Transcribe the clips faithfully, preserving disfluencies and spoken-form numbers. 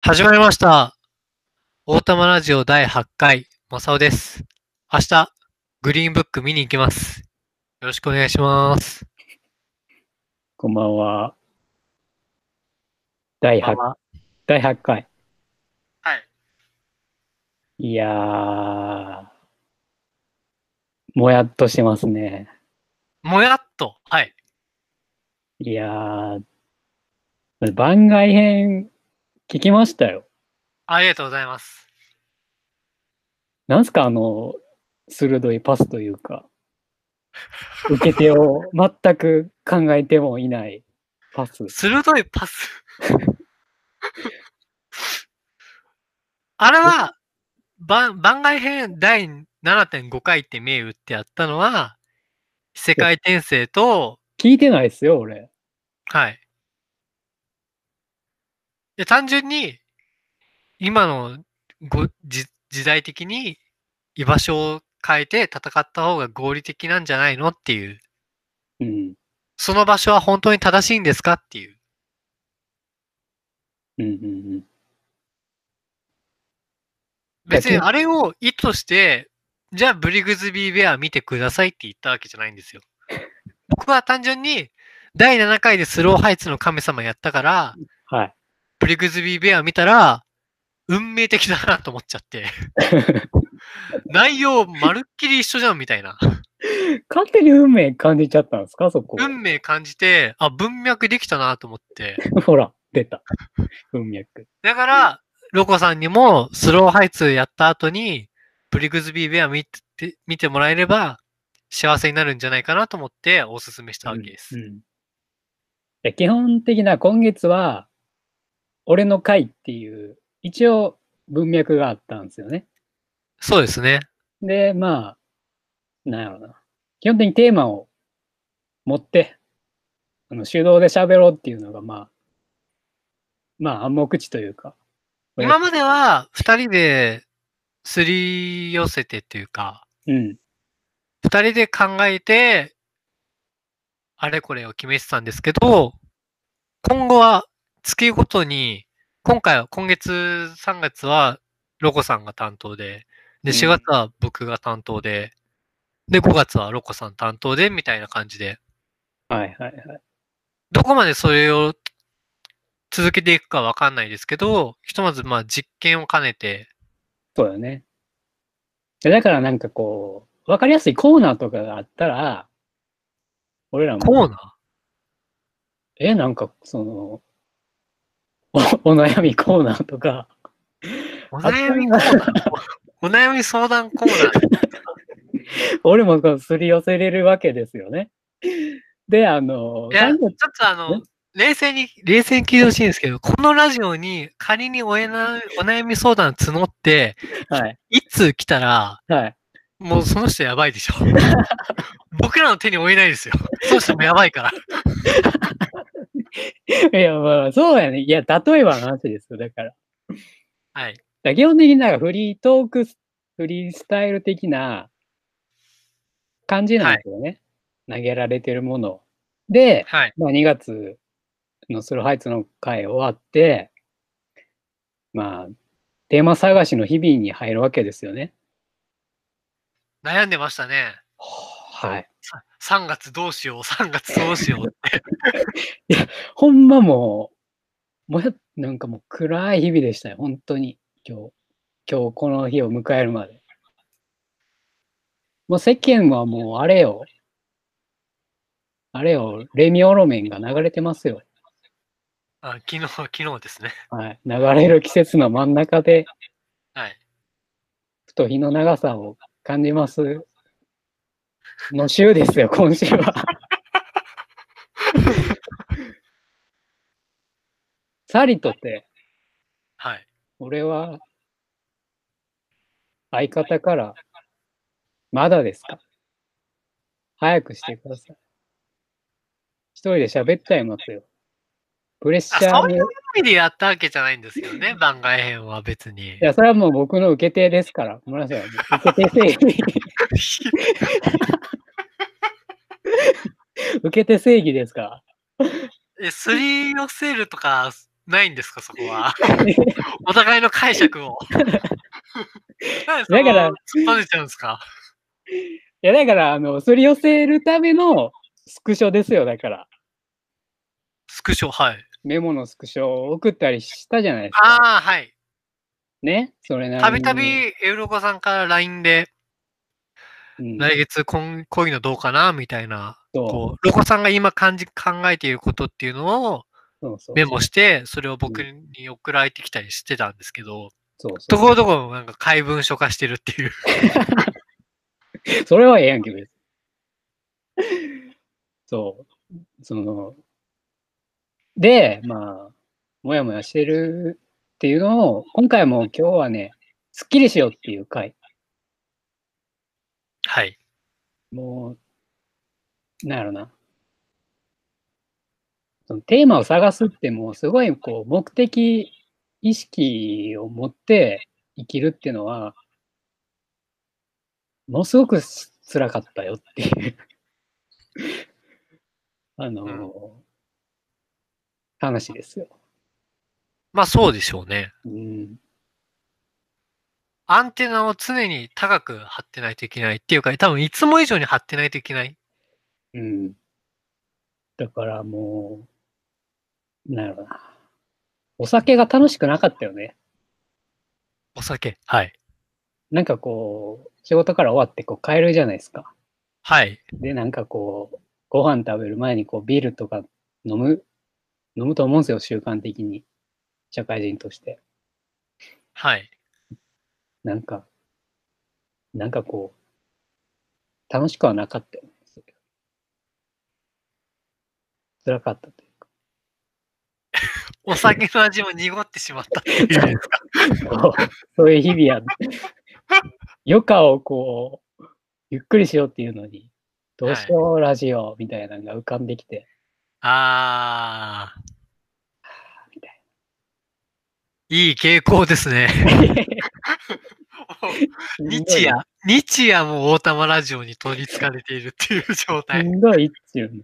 始まりました。大玉ラジオだいはちかい、マサオです。明日、グリーンブック見に行きます。よろしくお願いします。 こんばんは。だいはち、 こんばんは。 だいはちかい。 はい。 いやー、もやっとしてますね。 もやっと。はい。 いやー、番外編聞きましたよ。 ありがとうございます。 なんすかあの、鋭いパスというか、受け手を全く考えてもいないパス。 鋭いパス。あれは、番番外編だいななてんごかいって銘打ってやったのは、世界転生と、 聞いてないですよ、俺。 はい。で単純に、今のご時時代的に居場所を変えて戦った方が合理的なんじゃないのっていう。 うん。 その場所は本当に正しいんですかっていう。 うんうんうん。だけ、 別にあれを意図して、じゃあブリグズビーベア見てくださいって言ったわけじゃないんですよ。僕は単純にだいななかいでスローハイツの神様やったから、 はい。 ブリグズビーベア見たら、運命的だなと思っちゃって。内容まるっきり一緒じゃんみたいな。 勝手に運命感じちゃったんですか、そこ。 運命感じて、あ、文脈できたなと思って。 ほら、出た。文脈。 だから、ロコさんにもスローハイツやった後に、ブリグズビーベア見て、見てもらえれば、幸せになるんじゃないかなと思っておすすめしたわけです。 うんうん。で基本的な今月は、俺の会っていう、一応文脈があったんですよね。 そうですね。 で、まあ、なんやろうな。基本的にテーマを持って、あの手動で喋ろうっていうのが、まあ、まあ暗黙知というか、やっ今までは二人ですり寄せてっていうか、 うん、 二人で考えて、あれこれを決めてたんですけど、今後は月ごとに、今回は今月さんがつはロコさんが担当で、で、しがつうん、 は僕が担当で、で、ごがつはロコさん担当で、みたいな感じで、 はいはいはい。 どこまでそれを続けていくかわかんないですけど、ひとまずまあ実験を兼ねて、 そうだね。でだからなんかこう、わかりやすいコーナーとかがあったら、俺らも、 コーナーえ、なんかその、お、お悩みコーナーとか、 おあった悩みコーナーら、 お悩み相談コーナー。 俺もこうすり寄せれるわけですよね。で、あの、 いや、 さんがつ、 ちょっとあの、 ね、 冷静に、冷静に聞いてほしいんですけど、このラジオに仮におやなお悩み相談募って、 はい、 いつ来たら、 はい。 もうその人やばいでしょ。僕らの手に負えないですよ。その人もやばいから。 いや、まあ、そうやね。いや、例えばの話ですよ。だから。 はい。 だ基本的になんかフリートークス、フリースタイル的な感じなんはい。 ですよね。投げられてるもの。で、 はい。 まあ、にがつのスローハイツの回終わって、まあ、テーマ探しの日々に入るわけですよね。 悩んでましたね。 はい。 ささんがつどうしよう、さんがつどうしようって。 いや、ほんまもう、もや、なんかもう暗い日々でしたよ。本当に。今日、今日この日を迎えるまで。もう世間はもうあれよ。あれよ、レミオロメンが流れてますよ。 あ、昨日、昨日ですね。 はい。流れる季節の真ん中で、 はい。 ふと日の長さを感じますの週ですよ、今週は。さりとて、 はい。 俺は相方から、まだですか、早くしてください。一人で喋っちゃいますよ。プレッあ、 シャーに。いそういう意味でやったわけじゃないんですけどね、番外編は別に。 や、それはもう僕の受け手ですから。ごめんなさい。受け手正義。受け手正義ですから。 え、すり寄せるとか、 ないんですか、そこは。お互いの解釈を。なんでそだからこ突っぱねちゃうんですか。 いや、だから、あの、取り寄せるためのスクショですよ、だから。 スクショ、はい。 メモのスクショを送ったりしたじゃないですか。 ああ、はい。 ね、それなたりに。 びたびエウロコさんから ライン で、 うん、 来月こんこういうのどうかなみたいな、 そうこう、ロコさんが今感じ考えていることっていうのをそうそうメモして、それを僕うんに送られてきたりしてたんですけど、 そうそう。 ところどころなんか怪文書化してるっていう。 それはええやんけ、別に。そう。その、で、まあ、もやもやしてるっていうのを、今回も今日はね、すっきりしようっていう回。 はい。 もう、なんやろな。そのテーマを探すってもうすごいこう目的意識を持って生きるっていうのはものすごく辛かったよっていうあうん。 の話ですよ。 まあそうでしょうね。 うん、 アンテナを常に高く張ってないといけないっていうか、多分いつも以上に張ってないといけない。 うん、だからもうなんやろな。お酒が楽しくなかったよね。 お酒。はい。 なんかこう仕事から終わってこう帰るじゃないですか。 はい。 でなんかこうご飯食べる前にこうビールとか飲む飲むと思うんですよ、習慣的に社会人として。 はい。 なんかなんかこう、楽しくはなかったよね。辛かったというか。 お酒の味も濁ってしまったっていうじゃないですか。 そうそういう日々や、余暇をこう、ゆっくりしようっていうのに、どうはい。 しようラジオみたいなのが浮かんできて、 あー、 みたいいい傾向ですね。 な。しんどい、 日夜、日夜も大玉ラジオに取り憑かれているっていう状態。 しんどいっていうの。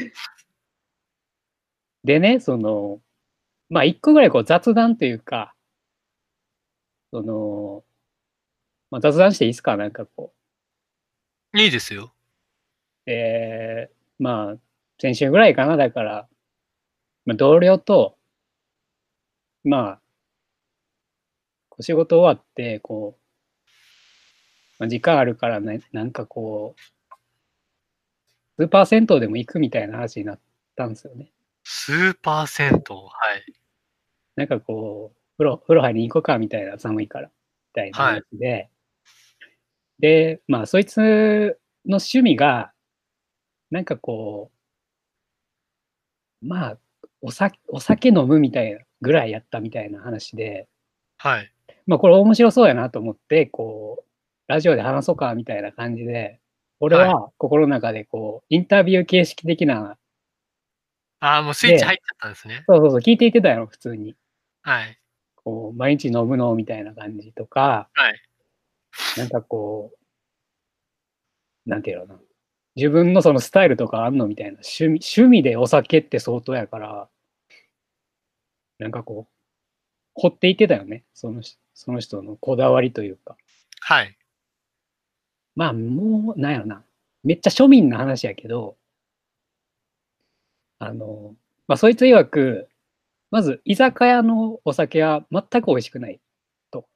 でね、その、まあ一個ぐらいこう雑談というか、その、まあ、雑談していいですかなんかこいいですよ。 う。えー、まあ、先週ぐらいかな、だから、まあ、同僚と、まあ、こう仕事終わって、こう、まあ、時間あるからね、なんかこう、スーパー銭湯でも行くみたいな話になったんですよね。 スーパー銭湯。はい。 なんかこう、風呂、風呂入りに行こうかみたいな、寒いから、みたいなはい。 話で、で、まあ、そいつの趣味が、なんかこう、まあ、お酒、お酒飲むみたいなぐらいやったみたいな話で、 はい。 まあ、これ面白そうやなと思って、こう、ラジオで話そうかみたいな感じで、俺はい。 は心の中でこう、インタビュー形式的な、 ああ、もうスイッチ入で、 っちゃったんですね。 そうそうそう、聞いていってたよ、普通に。 はい。 こう、毎日飲むのみたいな感じとか、 はい。 なんかこう、なんていうのな。自分のそのスタイルとかあんのみたいな。趣味、趣味でお酒って相当やから、なんかこう、掘っていってたよね。その人、その人のこだわりというか。 はい。 まあ、もう、なんやろな。めっちゃ庶民な話やけど、あの、まあ、そいつ曰く、まず、居酒屋のお酒は全く美味しくないと。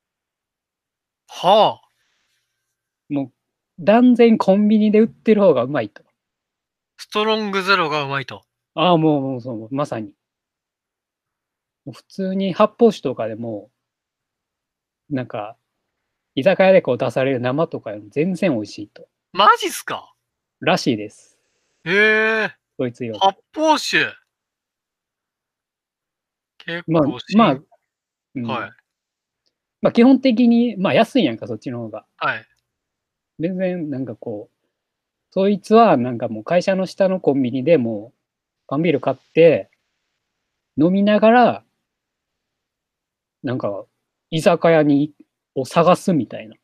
はあ。 もう、断然コンビニで売ってる方がうまいと。 ストロングゼロがうまいと。 ああ、もう、もう、そう、まさに。もう普通に発泡酒とかでも、なんか、居酒屋でこう出される生とかよりも全然美味しいと。 マジっすか。 らしいです。 へえ。 そいつ曰発く。 泡酒。結まあ、 構しん、 まあ、うん。 はい。 まあ基本的に、まあ安いやんか、そっちの方が。 はい。 全然なんかこう、そいつはなんかもう会社の下のコンビニでもう缶ビール買って飲みながら、なんか居酒屋にを探すみたいな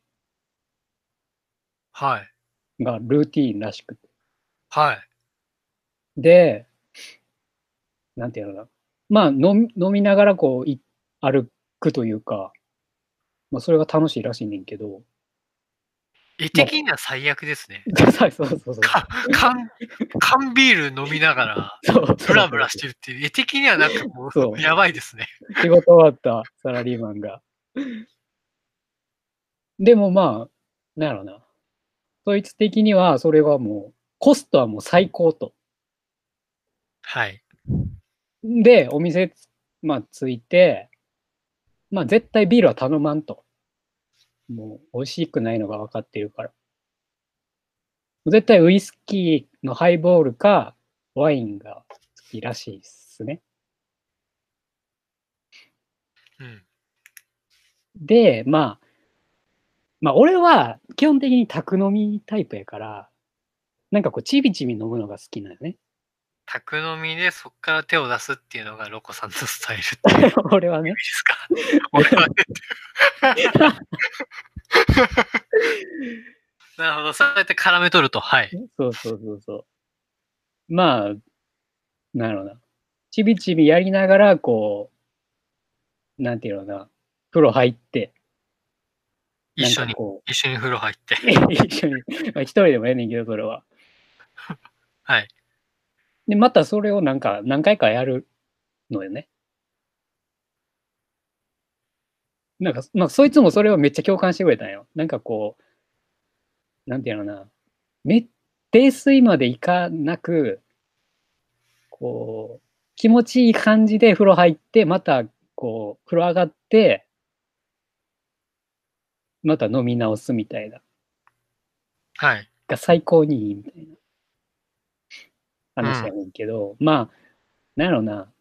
はい。 がルーティーンらしくて。 はい。 で、なんていうのかな。 まあ飲み、飲みながらこうい歩くというか、まあそれが楽しいらしいねんけど、 絵まあ、 的には最悪ですね。 そうそうそうそう。 か缶、缶ビール飲みながら、 そうそうそうブラブラしてるっていう、絵的にはなんかもそうう、やばいですね。 仕事終わったサラリーマンが。でもまあ、なんやろな。そいつ的にはそれはもう、コストはもう最高と。 はい。 で、お店つ、まあ、ついて、まあ絶対ビールは頼まんと。もう美味しくないのが分かってるから。絶対ウイスキーのハイボールかワインが好きらしいですね。 うん。 で、まあ、まあ俺は基本的に宅飲みタイプやから、なんかこうちびちび飲むのが好きなのね。 宅飲みでそっから手を出すっていうのがロコさんのスタイルっていう意味俺はね。 ですか？俺はね。なるほど。そうやって絡め取ると、はい。 そうそうそうそう。まあ、なんやろうな。ちびちびやりながら、こう、なんていうのかな。風呂入って、 一緒に、 なんかこ一緒に風呂入って。 う、一緒に、まあ一人でもええねんけど、それは。 はい。 で、またそれをなんか何回かやるのよね。なんか、まあ、そいつもそれをめっちゃ共感してくれたんよ。なんかこう、なんていうのかな。め、泥酔までいかなく、こう、気持ちいい感じで風呂入って、また、こう、風呂上がって、また飲み直すみたいな。 はい。 が最高にいいみたいなうん。 話やねんけど、まあ、なんやろうな。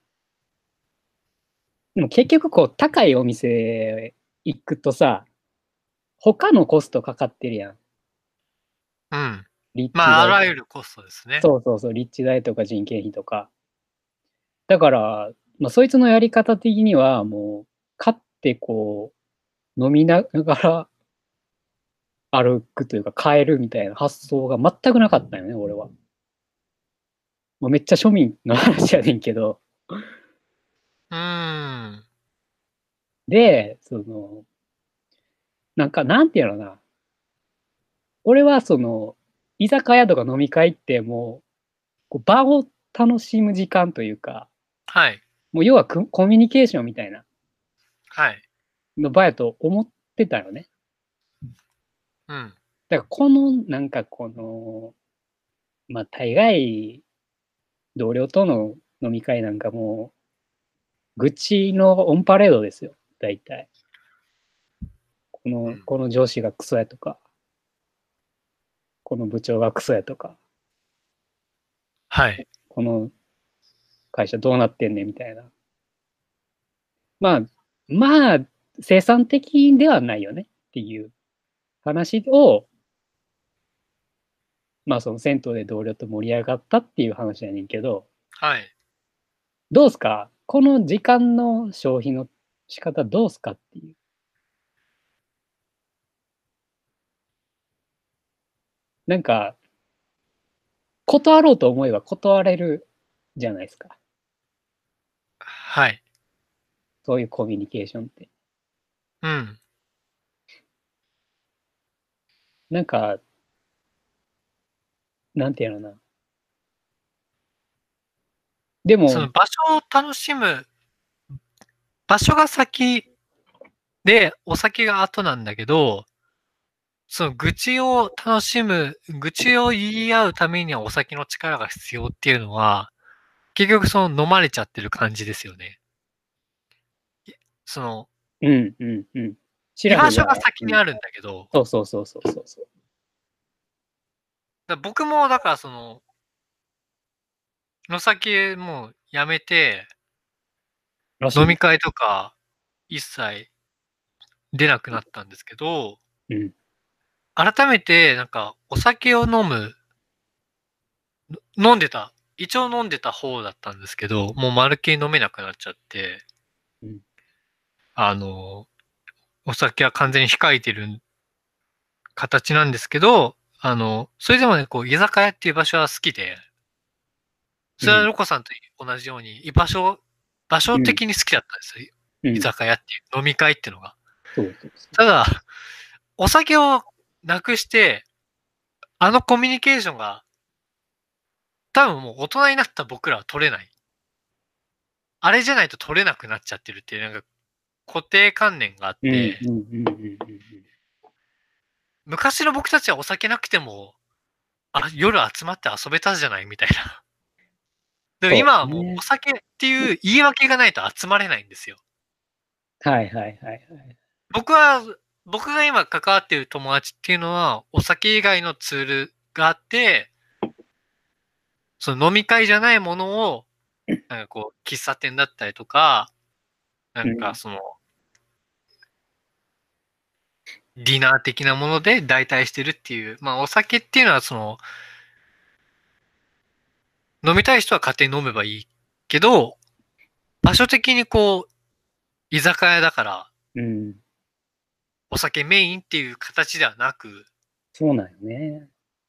でも結局こう、高いお店行くとさ、他のコストかかってるやん。 うん。まあ、あ立地代。 らゆるコストですね。 そうそうそう、立地代とか人件費とか。だから、まあ、そいつのやり方的には、もう、買ってこう、飲みながら歩くというか、買えるみたいな発想が全くなかったよね、俺は。もうめっちゃ庶民の話やねんけど。 うーん。 で、その、なんか、なんていうのかな。俺はその、居酒屋とか飲み会ってもう、こう場を楽しむ時間というか、 はい。 もう要はココミュニケーションみたいなはい。 の場やと思ってたよね。 うん。 だからこの、なんかこの、まあ大概同僚との飲み会なんかもう、愚痴のオンパレードですよ、大体。この、 うん。 この上司がクソやとか、この部長がクソやとか、 はい。 この会社どうなってんねんみたいな。まあ、まあ、生産的ではないよねっていう話を、まあその銭湯で同僚と盛り上がったっていう話やねんけど、 はい。 どうすかこの時間の消費の仕方どうすかっていう。なんか、断ろうと思えば断れるじゃないですか。 はい。 そういうコミュニケーションって。 うん。 なんか、なんていうのな。でも、 その場所を楽しむ、場所が先で、お酒が後なんだけど、その愚痴を楽しむ、愚痴を言い合うためにはお酒の力が必要っていうのは、結局その飲まれちゃってる感じですよね。その、 うんうんうん。シ居ラフが、 場所が先うん、 にあるんだけど、 そうそうそうそうそうそう。 だ僕もだからその、お酒もうやめて、 らしいね。 飲み会とか一切出なくなったんですけど、 うん。 改めてなんかお酒を飲む、飲んでた、一応飲んでた方だったんですけど、もうまるっきり飲めなくなっちゃって、 うん。 あの、お酒は完全に控えてる形なんですけど、あの、それでもね、こう、居酒屋っていう場所は好きで、それはうん。 ロコさんと同じように、居場所場所的に好きだったんですよ。 うん、 居酒屋っていう、飲み会っていうのが。 そうそうそう。 ただ、お酒をなくして、あのコミュニケーションが、多分もう大人になった僕らは取れない。あれじゃないと取れなくなっちゃってるっていう、なんか固定観念があっうん、 て、 うん、うん、うんうん。 昔の僕たちはお酒なくても、あ、夜集まって遊べたじゃないみたいな。でもそう今はもうね。 お酒っていう言い訳がないと集まれないんですよ。 はいはいはいはい。 僕は、僕が今関わっている友達っていうのは、お酒以外のツールがあって、その飲み会じゃないものを、なんかこう、喫茶店だったりとか、なんかその、ディナー的なもので代替してるっていう、まあお酒っていうのはその、飲みたい人は勝手に飲めばいいけど、場所的にこう、居酒屋だから、 うん。 お酒メインっていう形ではなく、 そうなんよね。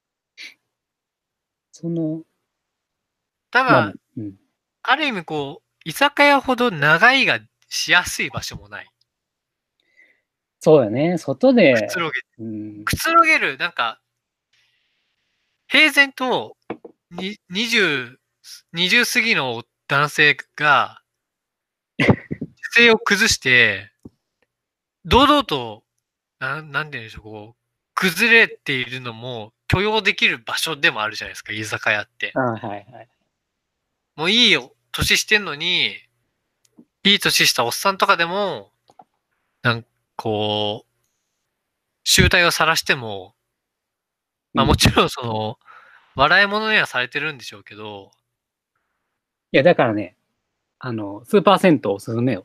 その、まあ、 ただ、 うん。 ある意味こう、居酒屋ほど長居がしやすい場所もない。 そうよね。外で、 くつろげ、 うん。 くつろげる、なんか、平然と、に、にじゅう、にじゅう過ぎの男性が、姿勢を崩して、堂々と、なん、なんて言うんでしょう、こう、崩れているのも許容できる場所でもあるじゃないですか、居酒屋って。 あはいはい。 もういいよ、年してんのに、いい年したおっさんとかでも、なんかこう、醜態を晒しても、まあうん。いもちろんその、笑い物にはされてるんでしょうけど、 や、だからね、あの、スーパー銭湯おすすめよ。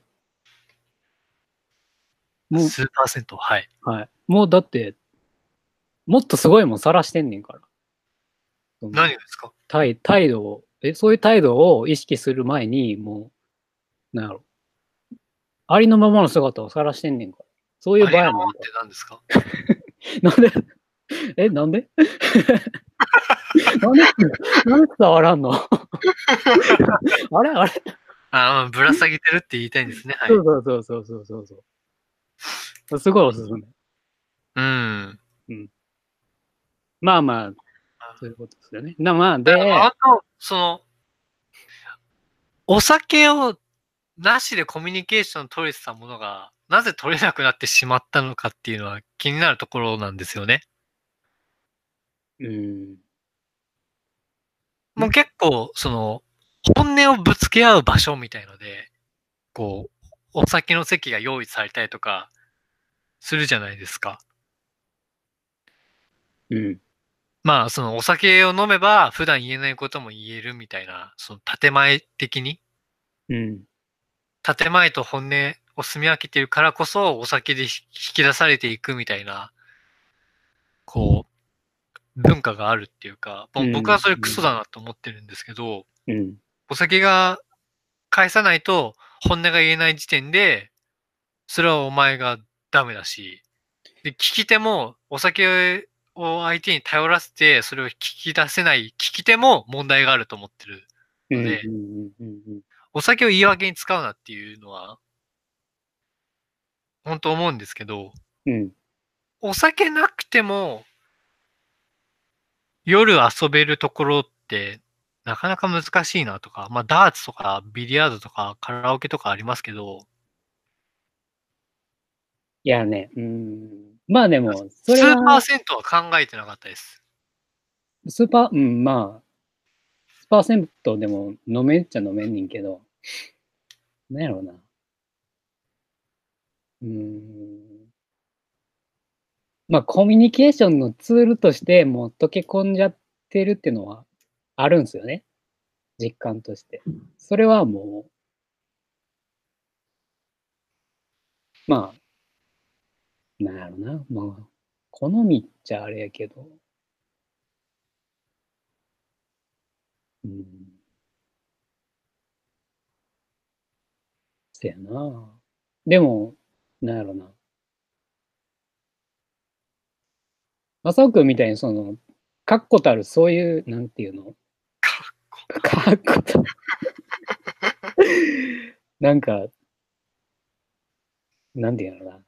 も数パーセント、はい。 う、はい。もうだって、もっとすごいもん晒してんねんから。その何がですか？ 態態度を、え、そういう態度を意識する前に、もう、なんやろ。ありのままの姿を晒してんねんから。そういうありの場やねんかままって何ですか？ ら。なんで、え、なんでなんで、なんで伝わらんのあれあれああ、ぶら下げてるって言いたいんですね。はい。 そうそうそうそうそうそうそう。すごいおすすめ。 うん。 うん。まあまあ、そういうことですよね。なまあ、 だからで、 本当、その、お酒をなしでコミュニケーションを取れてたものが、なぜ取れなくなってしまったのかっていうのは気になるところなんですよね。 うん。 もう結構、その、本音をぶつけ合う場所みたいので、こう、お酒の席が用意されたりとかするじゃないですか。 うん。 まあ、そのお酒を飲めば普段言えないことも言えるみたいな、その建前的に、 うん。 建前と本音を住み分けているからこそお酒で引き出されていくみたいな、こう、文化があるっていうか、もう僕はうん。 それクソだなと思ってるんですけど、 うん。 お酒が返さないと本音が言えない時点で、それはお前がダメだし、で、聞き手もお酒を相手に頼らせて、それを聞き出せない聞き手も問題があると思ってるうん。 ので、 うん。うん。 お酒を言い訳に使うなっていうのは、本当思うんですけど、 うん。 お酒なくても夜遊べるところってなかなか難しいなとか、まあダーツとかビリヤードとかカラオケとかありますけど、 いやね、うん。まあでも、それ数パーは、 セントは考えてなかったです。 スーパー、うん、まあ、スパーセントでも飲めっちゃ飲めんねんけど、なんやろうな。うん。まあ、コミュニケーションのツールとしてもう溶け込んじゃってるっていうのはあるんですよね。実感として。それはもう、まあ、なんやろな。まあ、好みっちゃあれやけど、うん、せやな。でも、なんやろな。正雄君みたいにその、確固たるそういう、なんていうの確固たる。 なんか、なんていうのかな。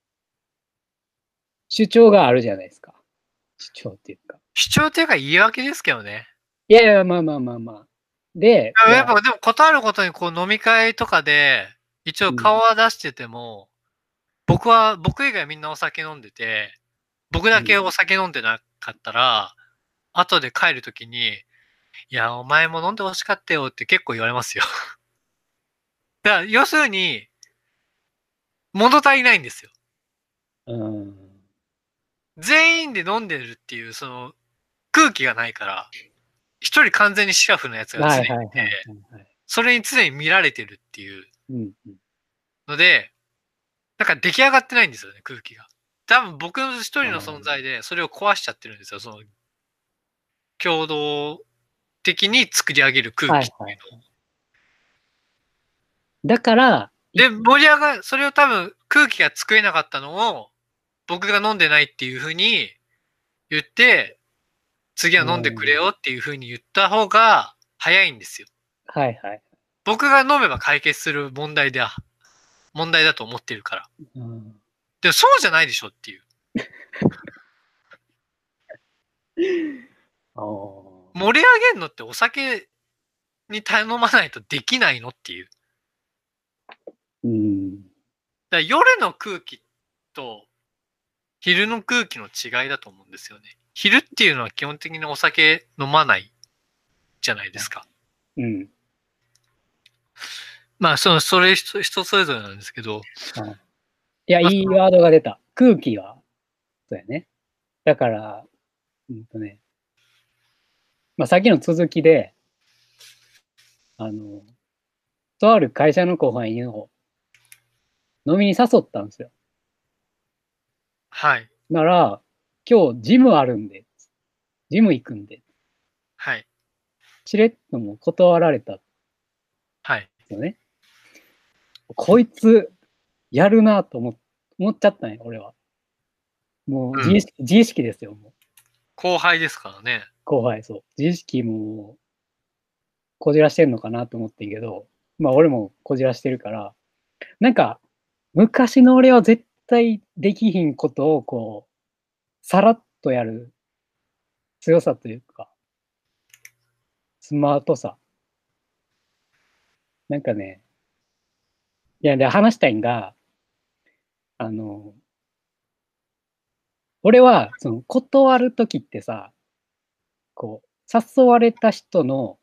主張があるじゃないですか。主張っていうか。 主張っていうか言い訳ですけどね。 いやいや、まあまあまあまあ。で、いや、 やっぱでも断ることにこう飲み会とかで、一応うん、 顔は出してても、僕は、僕以外みんなお酒飲んでて、僕だけうん。 お酒飲んでなかったら、後で帰るときに、いや、お前も飲んで欲しかったよって結構言われますよ。だから、要するに、物足りないんですよ。 うん。 全員で飲んでるっていう、その、空気がないから、一人完全にシラフなやつが常にいて、 はいはいはいはいはい。 それに常に見られてるっていううんうん。 ので、なんか出来上がってないんですよね、空気が。多分僕の一人の存あ在で、それを壊しちゃってるんですよ。その、共同的に作り上げる空あ、は気っいはい。 ていうのを。 だから、い、 で、盛り上が、それを多分空気が作れなかったのを、僕が飲んでないっていうふうに言って、次はう飲んでくれん、 よっていうふうに言った方が早いんですよ。 はいはい。 僕が飲めば解決する問題だ、問題だと思ってるから。 うん、 でもそうじゃないでしょっていう。 ああ、 盛り上げるのってお酒に頼まないとできないのっていう。 うん、 だから夜の空気と昼の空気の違いだと思うんですよね。昼っていうのは基本的にお酒飲まないじゃないですか。 うん。 まあ、その、それ人、人それぞれなんですけど、 あ、いや、 まあ、 いいワードが出た。空気は、そうやね。だから、うんとね、まあ、さっきの続きで、あの、とある会社の後輩を飲みに誘ったんですよ。 はい、 なら、今日ジムあるんで、ジム行くんで、 はい、 しれっとも断られたんではい。 すよね。こいつ、やるなと思思っちゃったんよ、俺は。もううん。 自意識、自意識ですよ、もう。 後輩ですからね。 後輩、そう。自意識もこじらしてんのかなと思ってんけど、まあ俺もこじらしてるから、なんか、昔の俺は絶対できひんことをこう、さらっとやる強さというか、スマートさ。なんかね、いや、で、話したいんが、あの、俺は、その、断るときってさ、こう、誘われた人の、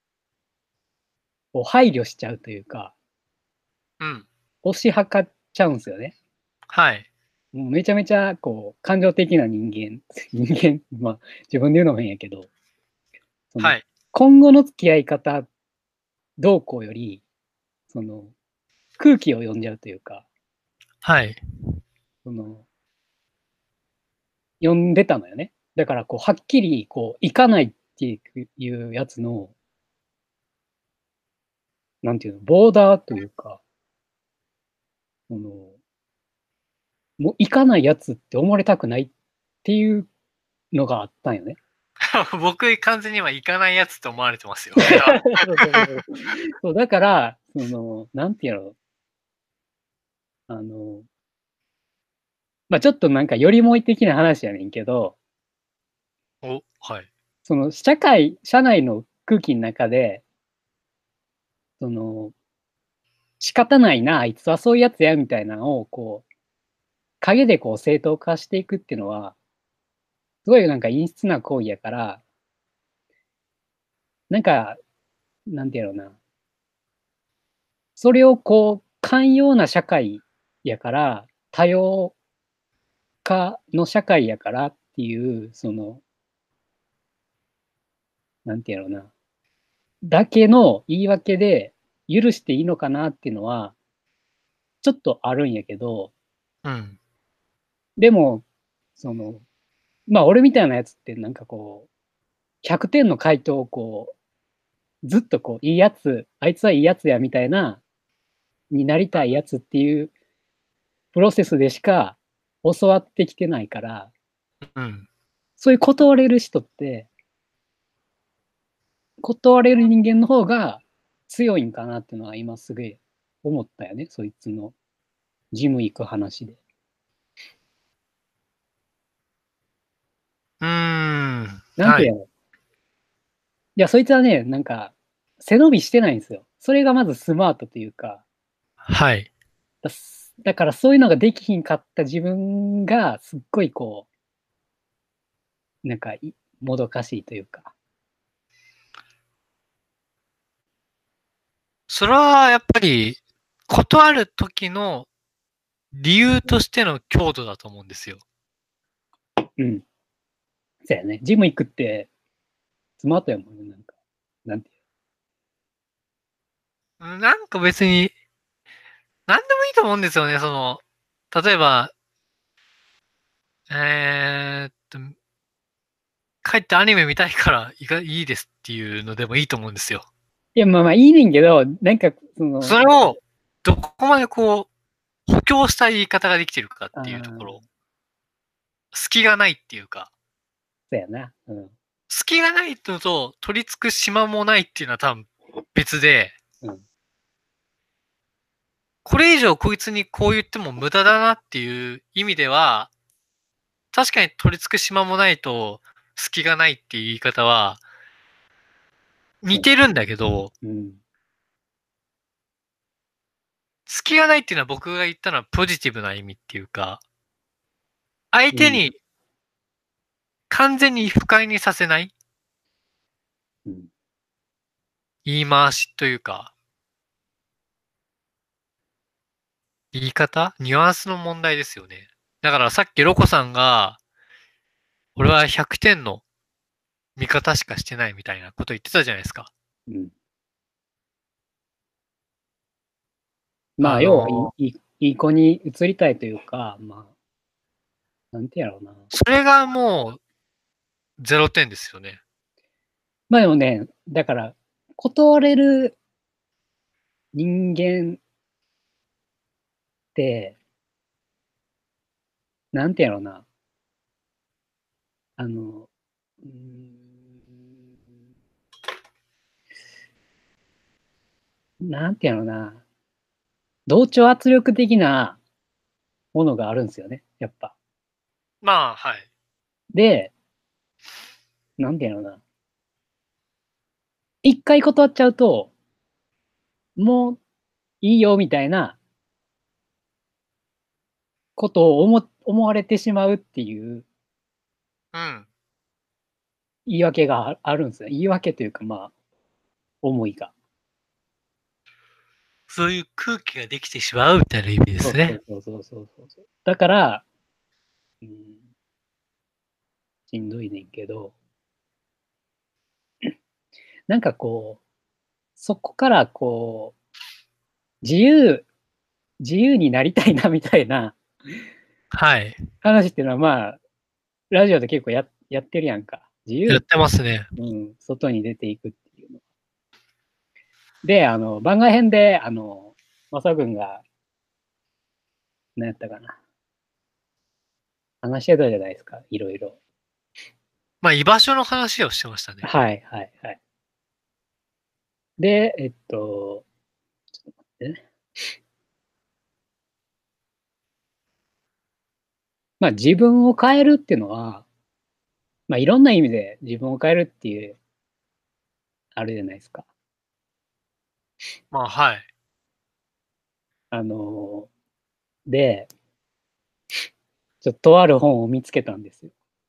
を配慮しちゃうというか、 うん。 推し量っちゃうんですよね。 はい、 もうめちゃめちゃ、こう、感情的な人間、人間、まあ、自分で言うのも変やけど、その、 はい、 今後の付き合い方どうこうより、その、空気を読んじゃうというか、 はい、 その、読んでたのよね。だから、こう、はっきり、こう、行かないっていうやつの、なんていうの、ボーダーというか、その、もう行かないやつって思われたくないっていうのがあったんよね。 僕完全には行かないやつって思われてますよ。 そうそうそうそう。そうだから、その、なんていうの、あの、まあちょっとなんかよりもい的な話やねんけど、 お、はい。 その社会、社内の空気の中で、その、仕方ないな、あいつはそういうやつや、みたいなのを、こう、影でこう正当化していくっていうのは、すごいなんか陰湿な行為やから、なんか、なんていうのな、それをこう、寛容な社会やから、多様化の社会やからっていう、その、なんていうのな、だけの言い訳で許していいのかなっていうのは、ちょっとあるんやけど、 うん。 でも、その、まあ俺みたいなやつってなんかこう、ひゃくてんの回答をこう、ずっとこう、いいやつ、あいつはいいやつやみたいな、になりたいやつっていうプロセスでしか教わってきてないから、 うん。 そういう断れる人って、断れる人間の方が強いんかなっていうのは今すげえ思ったよね、そいつのジム行く話で。 うーん。はい。 なんていうの、いや、そいつはね、なんか、背伸びしてないんですよ。それがまずスマートというか、 はい。 だだからそういうのができひんかった自分が、すっごいこう、なんかい、もどかしいというか。 それはやっぱり、断る時の理由としての強度だと思うんですよ。 うん。そうやね。ジム行くって、スマートやもんね、なんか。なんていう。 なんか別に、何でもいいと思うんですよね。その、例えば、えーっと、帰ってアニメ見たいからいいかいいですっていうのでもいいと思うんですよ。 いや、まあまあいいねんけど、なんか、その、 それを、どこまでこう、補強した言い方ができてるかっあていうところ。 あ、 隙がないっていうか、 そうやな。うん。 隙がないのと取り付く島もないっていうのは多分別で、 うん。 これ以上こいつにこう言っても無駄だなっていう意味では、確かに取り付く島もないと隙がないっていう言い方はそう。 似てるんだけど、 うん。 隙がないっていうのは僕が言ったのはポジティブな意味っていうか、相うん。 手に完全に不快にさせないうん。 言い回しというか、言い方ニュアンスの問題ですよね。だからさっきロコさんが、俺はひゃくてんの味方しかしてないみたいなこと言ってたじゃないですか。 うん。まあ、 あ要はいの、 い、いいいい子に移りたいというか、まあ、なんてやろうな。 それがもうゼロてんですよね。 まあでもね、だから、断れる人間って、なんてやろうな。あの、うーん、なんてやろうな。同調圧力的なものがあるんですよね、やっぱ。 まあ、はい。 で、なんてやろうな。一回断っちゃうと、もういいよみたいなことを思、思われてしまうっていううん。 言い訳がああるんですよ。言い訳というか、まあ、思いが。 そういう空気ができてしまうみたいな意味でそうすね。 そうそうそうそうそう。だから、うん、しんどいねんけど、なんかこう、そこからこう、自由、自由になりたいなみたいなはい。 話っていうのは、まあ、ラジオで結構や、やってるやんか。自由、 やってますね。 うん、外に出ていくっていうの。で、あの、番外編で、あの、マサ君が、何やったかな。話してたじゃないですか、いろいろ。 まあ、居場所の話をしてましたね。 はい、はい、はい。で、えっと、ちょっと待ってね。まあ、自分を変えるっていうのは、まあ、いろんな意味で自分を変えるっていう、あるじゃないですか。 まあ、はい。 あの、で、ちょっととある本を見つけたんですよ。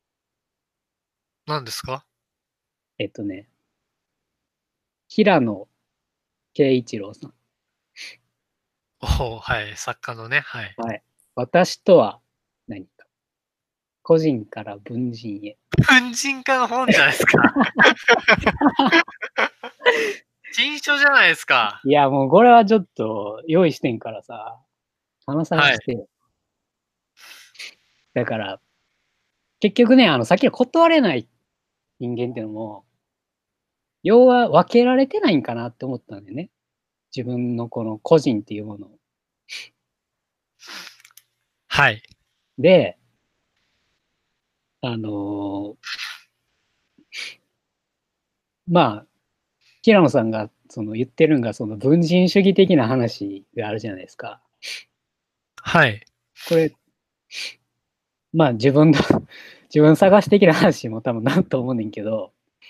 何ですか？ えっとね、平野啓一郎さん。 おお、はい。作家のね。はい。 はい。私とは何か。個人から文人へ。 文人化の本じゃないですか。新書じゃないですか。 いや、もうこれはちょっと用意してんからさ、話さはい。 せてよ。だから、結局ね、あの、さっきの断れない人間っていうのも、要は分けられてないんかなって思ったんだよね。自分のこの個人っていうものを。 はい。 で、あのーまあ、平野さんがその言ってるんが、その文人主義的な話があるじゃないですか。 はい。 これ、まあ自分の、自分探し的な話も多分なんと思うねんけど、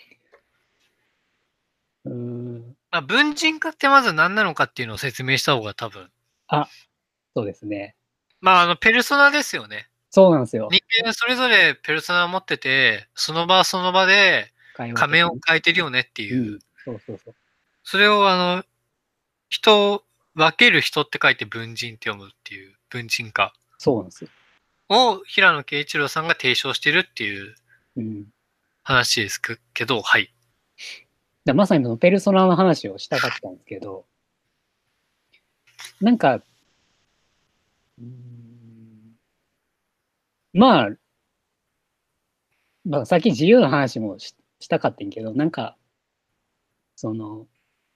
うーん、 まあ、文人化ってまず何なのかっていうのを説明した方が多分。 あ、そうですね。 まあ、あの、ペルソナですよね。 そうなんですよ。 人間それぞれペルソナを持ってて、その場その場で会話的に。 仮面を変えてるよねっていう。 うん、そうそうそう。 それをあの、人を分ける人って書いて文人って読むっていう文人化そうなんですよ。 を平野啓一郎さんが提唱してるっていううん。 話ですけど、はい。 だまさにそのペルソナの話をしたかったんですけど、なんか、うーん、まあ、まあ、さっき自由の話もし、したかったんやけど、なんか、その、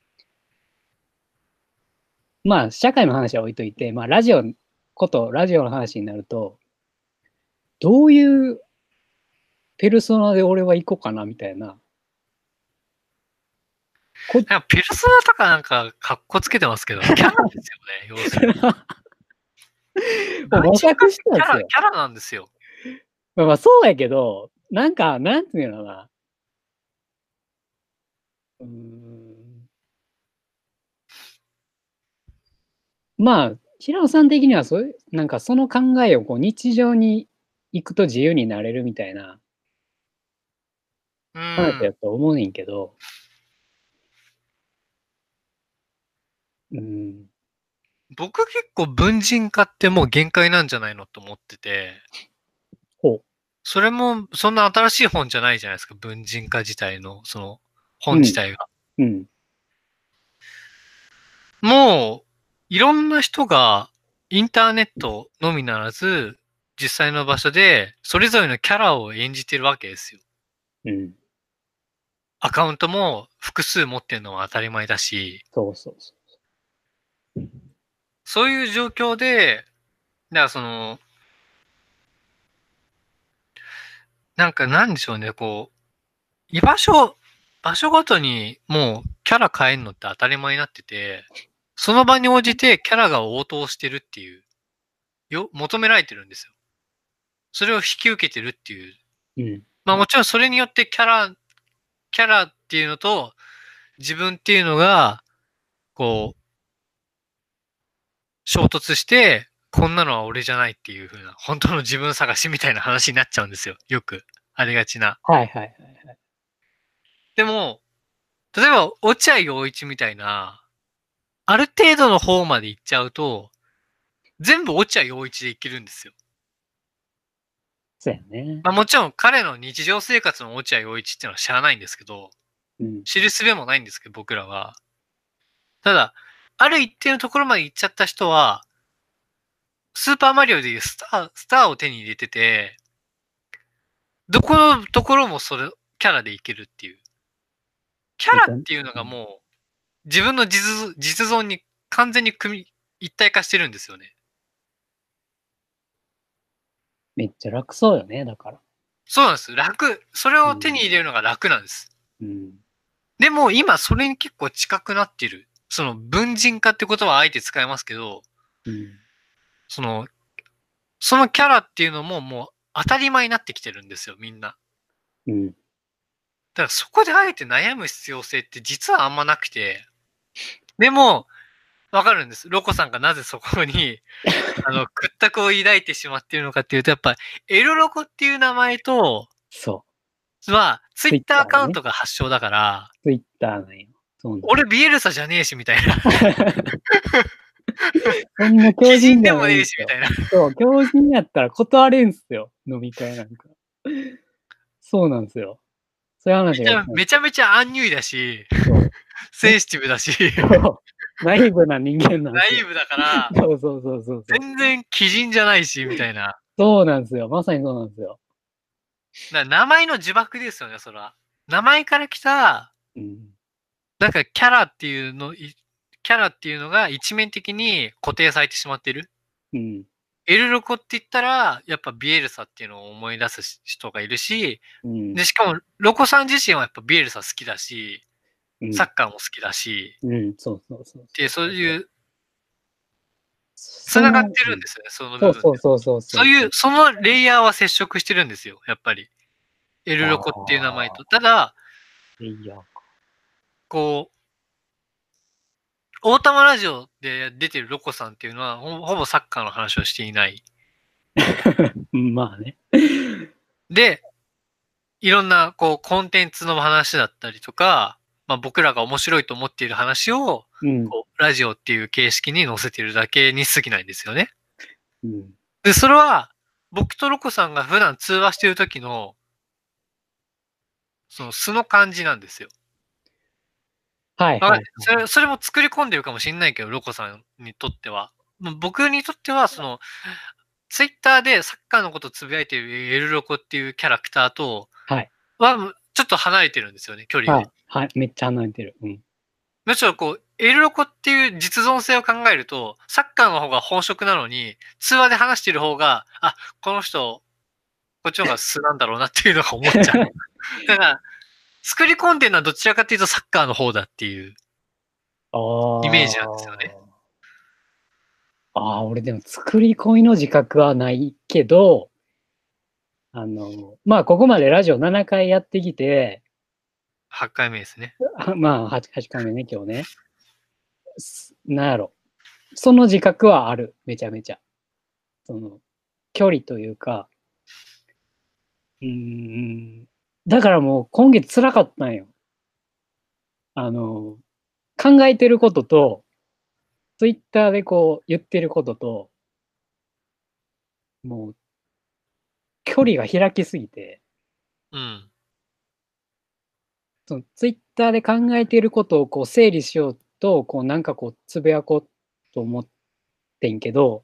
まあ、社会の話は置いといて、まあ、ラジオこと、ラジオの話になると、どういうペルソナで俺は行こうかな、みたいな。こなんかペルソナとかなんか格好つけてますけど、キャラですよね、要するに。 もう模索したんキャラ、 ですよ。 キャラなんですよ。 まあ、まあそうやけど、なんか、なんていうのかな。うーん。まあ、平野さん的にはそういう、なんかその考えをこう日常に行くと自由になれるみたいなう話やん。 と思うねんけど、うん。 僕結構文人化ってもう限界なんじゃないのと思ってて、 ほう。 それもそんな新しい本じゃないじゃないですか、文人化自体の、その本うん。 自体が。 うん。 もう、いろんな人がインターネットのみならず、実際の場所でそれぞれのキャラを演じてるわけですよ。 うん。 アカウントも複数持ってるのは当たり前だし、 そうそうそそういう状況で、だからその、なんかなんでしょうね、こう、居場所、場所ごとにもうキャラ変えるのって当たり前になってて、その場に応じてキャラが応答してるっていう、よ、求められてるんですよ。それを引き受けてるっていう。 う。うん。 まあもちろんそれによってキャラ、キャラっていうのと自分っていうのが、こう、衝突して、こんなのは俺じゃないっていう風な、本当の自分探しみたいな話になっちゃうんですよ。よくありがちな。 はいはいはいはい。 でも、例えば、落合陽一みたいな、ある程度の方まで行っちゃうと、全部落合陽一でいけるんですよ。 そうやね。 まあもちろん彼の日常生活の落合陽一っていうのは知らないんですけど、 うん。 知る術もないんですけど、僕らは。ただ、ある一定のところまで行っちゃった人は、スーパーマリオでいうスター、スターを手に入れてて、どこのところもそれ、キャラでいけるっていう。キャめちゃ、 ラっていうのがもう、自分の実、実存に完全に組み、一体化してるんですよね。 めっちゃ楽そうよね、だから。 そうなんです。楽。それうん。 を手に入れるのが楽なんです。 うん。 でも今それに結構近くなってる。その文人化って言葉はあえて使いますけど、 うん。 その、そのキャラっていうのももう当たり前になってきてるんですよ、みんな。 うん。 だからそこであえて悩む必要性って実はあんまなくて、でも、わかるんです。ロコさんがなぜそこに、あの、屈託を抱いてしまっているのかっていうと、やっぱ、エロロコっていう名前と、 そう。 まあ、ツイツイッッターアカウンターね。 トが発祥だから、 ツイッターなんよ。そうなん。 俺ビエルサじゃねえし、みたいな。 そんな強鬼人靭じゃでもねえし、みないんですよ。 たいな。 そう、強靭やったら断れんすよ。飲み会なんか。そうなんですよ。そういう話がめちゃ、めちゃめちゃアンニュイだし、 そう。 センシティブだし、 そう。ナイーブな人間なんですよ。 ナイーブだから、 そうそうそうそうそう。 全然鬼人じゃないし、みたいな。 そうなんですよ。まさにそうなんですよ。 だから名前の呪縛ですよね、それは。名前から来た、 うん。 なんかキャラっていうの、いキャラっていうのが一面的に固定されてしまってる。 うん。 エルロコって言ったら、やっぱビエルサっていうのを思い出す人がいるし、 うん。 で、しかも、ロコさん自身はやっぱビエルサ好きだし、 うん。 サッカーも好きだし、 うん、そうそうそう。 で、そういう、 その、 繋がってうん、 るんですよね、その部分で。 そうそうそうそうそう。 そういう、そのレイヤーは接触してるんですよ、やっぱり。エルあロコっていう名前と。 あ、 ただ、 いや、 こう、大玉ラジオで出てるロコさんっていうのは、ほほぼサッカーの話をしていない。 まあね。 で、いろんな、こう、コンテンツの話だったりとか、まあ僕らが面白いと思っている話を、 うん。 こう、ラジオっていう形式に載せているだけに過ぎないんですよね。 うん。 で、それは、僕とロコさんが普段通話している時の、その素の感じなんですよ。 はいわかはいはい。 それ、それも作り込んでるかもしれないけど、ロコさんにとっては。もう僕にとっては、その、ツイッターでサッカーのことつぶやいているエルロコっていうキャラクターとはい。 は、ちょっと離れてるんですよね、距離が。 はい。はい。めっちゃ離れてる。うん。 むしろこう、エルロコっていう実存性を考えると、サッカーの方が本職なのに、通話で話してる方が、あ、この人、こっちの方が素なんだろうなっていうのが思っちゃう。だから、作り込んでるのはどちらかというとサッカーの方だっていうイメージなんですよね。 ああ。ああ、俺でも作り込みの自覚はないけど、あの、まあ、ここまでラジオななかいやってきて、 はちかいめですね。 あまあ、はち、はちかいめね、今日ね。すなんやろ。その自覚はある。めちゃめちゃ。その、距離というか、うーん。だからもう今月辛かったんよ。あの、考えてることと、ツイッターでこう言ってることと、もう距離が開きすぎて、 うん。 そのツイッターで考えていることをこう整理しようと、こうなんかこうつぶやこうと思ってんけど、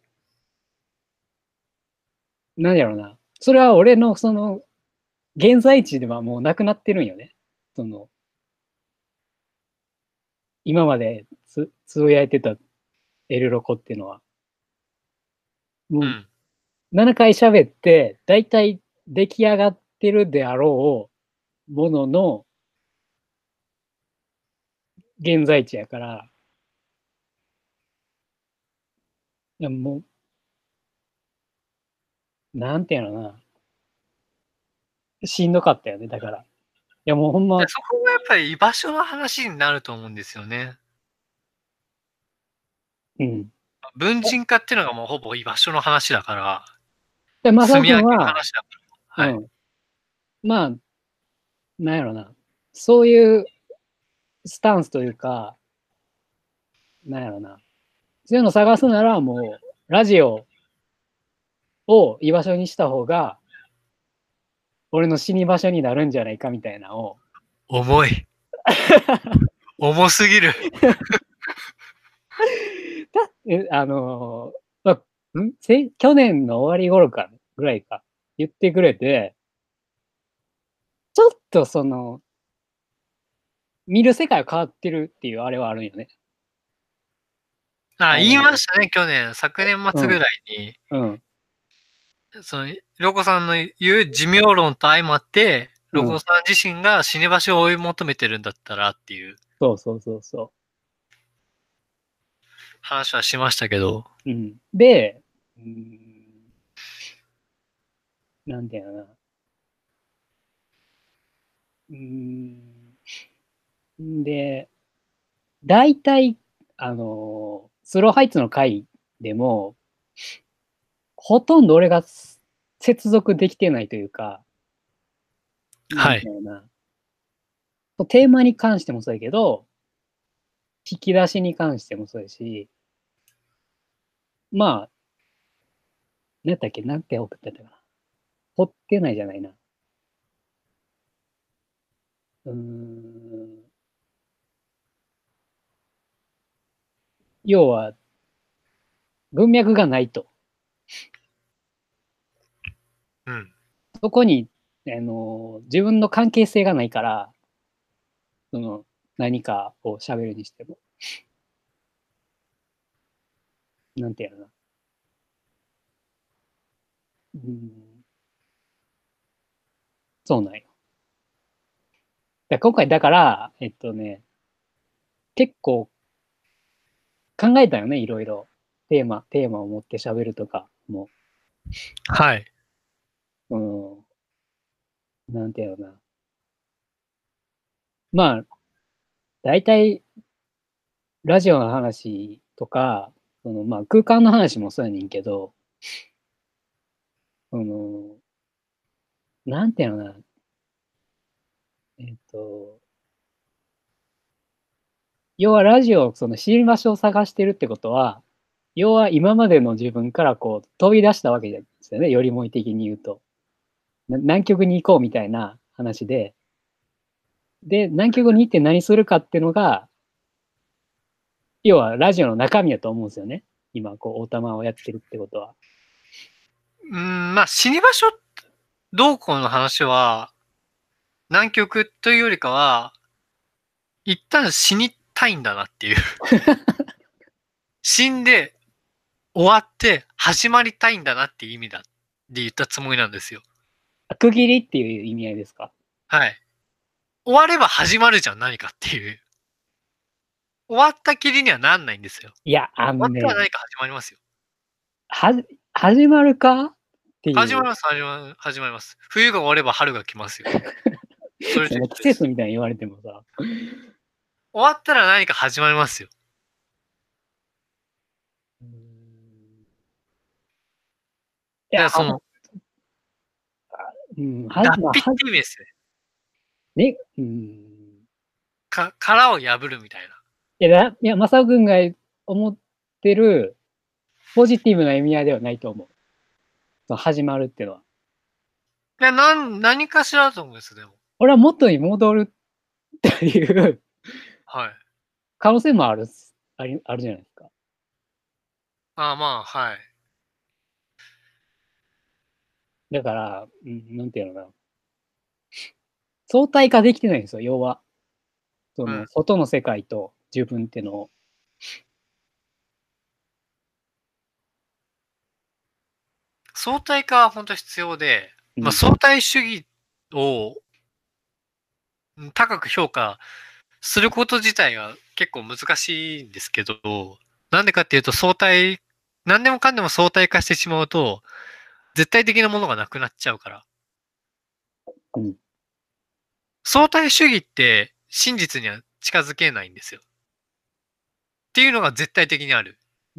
なんやろな。それは俺のその現在地ではもうなくなってるんよね。その今までつつぶやいてたエルロコっていうのは。もううん。 ななかい喋って、だいたい出来上がってるであろうものの現在地やから、いやもう、なんていうのな。しんどかったよね、だから。いやもうほんま、 でそこがやっぱり居場所の話になると思うんですよね。 うん。 文人化っていうのがもうほぼ居場所の話だから、 で、マサオ住み分けの君は、 話だから。はい。 うん。まあ、なんやろな。そういうスタンスというか、なんやろな。そういうの探すならもう、ラジオを居場所にした方が、俺の死に場所になるんじゃないかみたいなのを。 重い。重すぎる。 だってあのーまんせ去年の終わり頃からぐらいか言ってくれて、ちょっとその、見る世界が変わってるっていうあれはあるんよね。 あ、言いあの、 ましたね、去年、昨年うん、 末ぐらいに、 うん、 その、ロコさんの言う寿命論と相まって、 うん。 ロコさん自身が死に場所を追い求めてるんだったらっていうそうそうそうそ話はしましたけど、 う。うん。で、うん、なんていうのかな。うん。で、大体、あの、スローハイツの回でも、ほとんど俺が接続できてないというか、なんはい。 ていうのかな。テーマに関してもそうやけど、引き出しに関してもそうやし、まあ、何やったっけなんて送ってたかな。掘ってないじゃないな。うーん。要は、文脈がないと。 うん。 そこに、あの、自分の関係性がないから、その、何かを喋るにしても。なんていうのかな。うん、そうなんよ。だ今回だから、えっとね、 結構考えたよね、いろいろ。テーマ、テーマを持って喋るとかも。 はい。 うん。なんていうのかな。まあ、大体、ラジオの話とか、そのまあ空間の話もそうやねんけど、その、なんていうのかな。えっと、要はラジオ、その知る場所を探してるってことは、要は今までの自分からこう飛び出したわけですよね、よりもい的に言うと。な南極に行こうみたいな話で、で、南極に行って何するかっていうのが、要はラジオの中身やと思うんですよね。今、こう、オータマをやってるってことは。 うん、まあ、死に場所どうこうの話は、南極というよりかは、一旦死にたいんだなっていう。死んで終わって始まりたいんだなっていう意味だって言ったつもりなんですよ。 区切りっていう意味合いですか？ はい。終われば始まるじゃん、何かっていう。終わったきりにはなんないんですよ。 いや、あ終わのね、 ったら何か始まりますよ。 は、始まるかっていう、 始まります、始まる、始まります。冬が終われば春が来ますよ。それとその季一緒です。 節みたいに言われてもさ、 終わったら何か始まりますよ。 うーんいや、は、 だからその、 うん、は、 脱まあ、は、 皮って意味ですよね。 ね、うん。 か、殻を破るみたいな。 いや、いや、マサオ君が思ってるポジティブな意味合いではないと思う。その始まるっていうのは。 いや、なん、何かしらだと思うんです、でも。 俺は元に戻るっていうはい。 可能性もある、あり、あるじゃないですか。 ああ、まあ、はい。 だから、うん、なんていうのかな。相対化できてないんですよ、要は。その、 うん。 外の世界と自分っていうのを。 相対化は本当必要で、まあ、 うん。 相対主義をうん高く評価すること自体が結構難しいんですけど、なんでかっていうと相対、何でもかんでも相対化してしまうと、絶対的なものがなくなっちゃうから。 うん。 相対主義って真実には近づけないんですよ。っていうのが絶対的にある。 うん。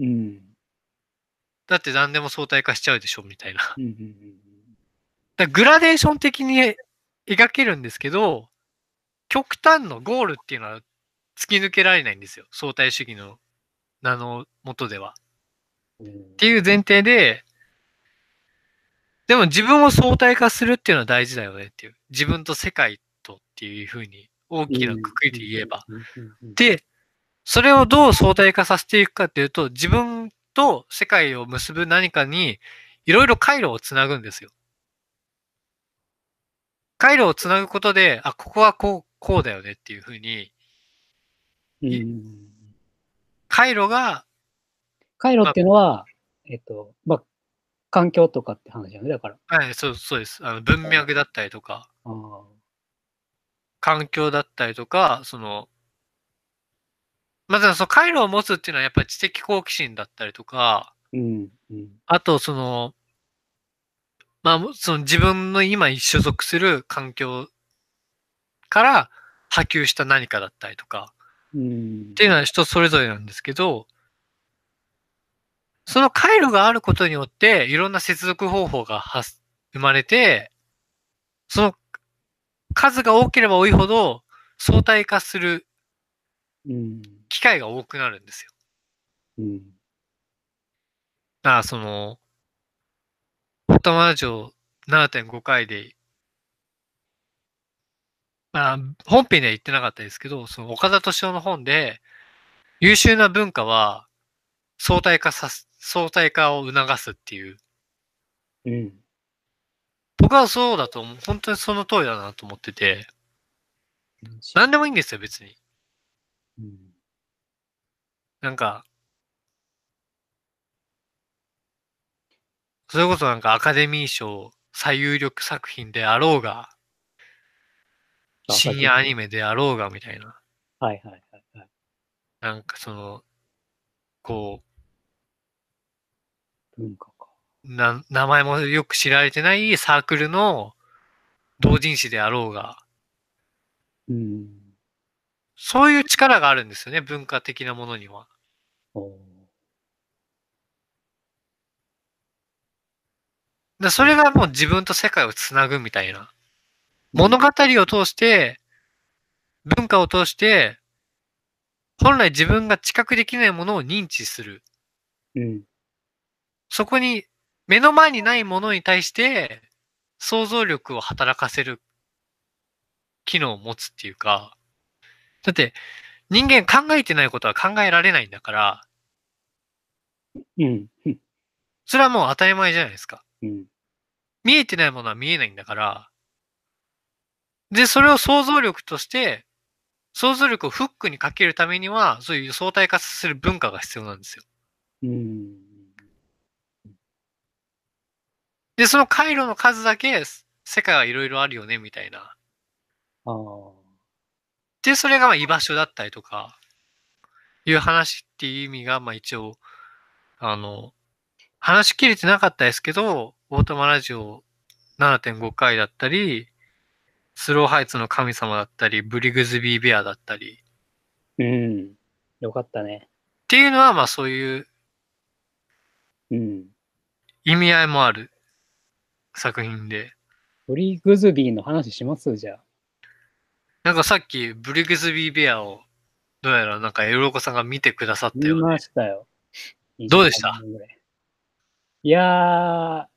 だって何でも相対化しちゃうでしょ、みたいな。 うん。うん。 だからグラデーション的に描けるんですけど、極端のゴールっていうのは突き抜けられないんですよ。相対主義の名の元では。 うん。 っていう前提で、でも自分を相対化するっていうのは大事だよねっていう。自分と世界とっていうふうに大うん。 きなくくりうん。 で言えば。 うん。うん。うん。 で、それをどう相対化させていくかっていうと、自分と世界を結ぶ何かにいろいろ回路をつなぐんですよ。回路をつなぐことで、あ、ここはこう、こうだよねっていうふうに、 ういん。 回路が、ま回路っていうのは、えっと、まあ、環境とかって話じゃね、だから。 あ、はい、そう、そうです。あの、文脈だったりとか、 ああ。 環境だったりとか、その、まずはその回路を持つっていうのはやっぱり知的好奇心だったりとか、 うん。うん。 あとその、まあ、その自分の今所属する環境から波及した何かだったりとか、 うん。 っていうのは人それぞれなんですけど、その回路があることによって、いろんな接続方法が発生まれて、その数が多ければ多いほど相対化するうん。 機会が多くなるんですよ。 うん。 だからその、オタマジョななてんごかいで、まあ、本編では言ってなかったですけど、その岡田敏夫の本で、優秀な文化は相対化さす、相対化を促すっていう。 うん。 僕はそうだと思う。本当にその通りだなと思ってて、何でもいいんですよ、別に。 うん。 なんか、それこそなんかアカデミー賞最有力作品であろうが、 あ、さっき。 深夜アニメであろうがみたいな。 はいはいはいはい。 なんかその、こ文化か。 う、な、名前もよく知られてないサークルの同人誌であろうが、 うん。 そういう力があるんですよね、文化的なものには。 おーでそれがもう自分と世界をつなぐみたいな。 うん。 物語を通して、文化を通して、本来自分が知覚できないものを認知する。 うん。 そこに、目の前にないものに対して、想像力を働かせる機能を持つっていうか、だって人間考えてないことは考えられないんだから、 うん。うん。 それはもう当たり前じゃないですか。 うん。 見えてないものは見えないんだから、で、それを想像力として、想像力をフックにかけるためには、そういう相対化する文化が必要なんですよ。 うん。 で、その回路の数だけ世界はいろいろあるよね、みたいな。 ああ。 で、それがまあ居場所だったりとか、いう話っていう意味が、まあ一応、あの、話し切れてなかったですけど、オートマラジオななてんごかいだったり、スローハイツの神様だったり、ブリグズビーベアだったり、っうん。よかったね。 ていうのは、まあそういううん。 意味合いもある作品で。 ブリグズビーの話しますじゃあ。 なんかさっき、ブリグズビーベアを、どうやらなんかエロコさんが見てくださったよね。 見ましたよ。2時間どうでした？ ぐらい。いやー、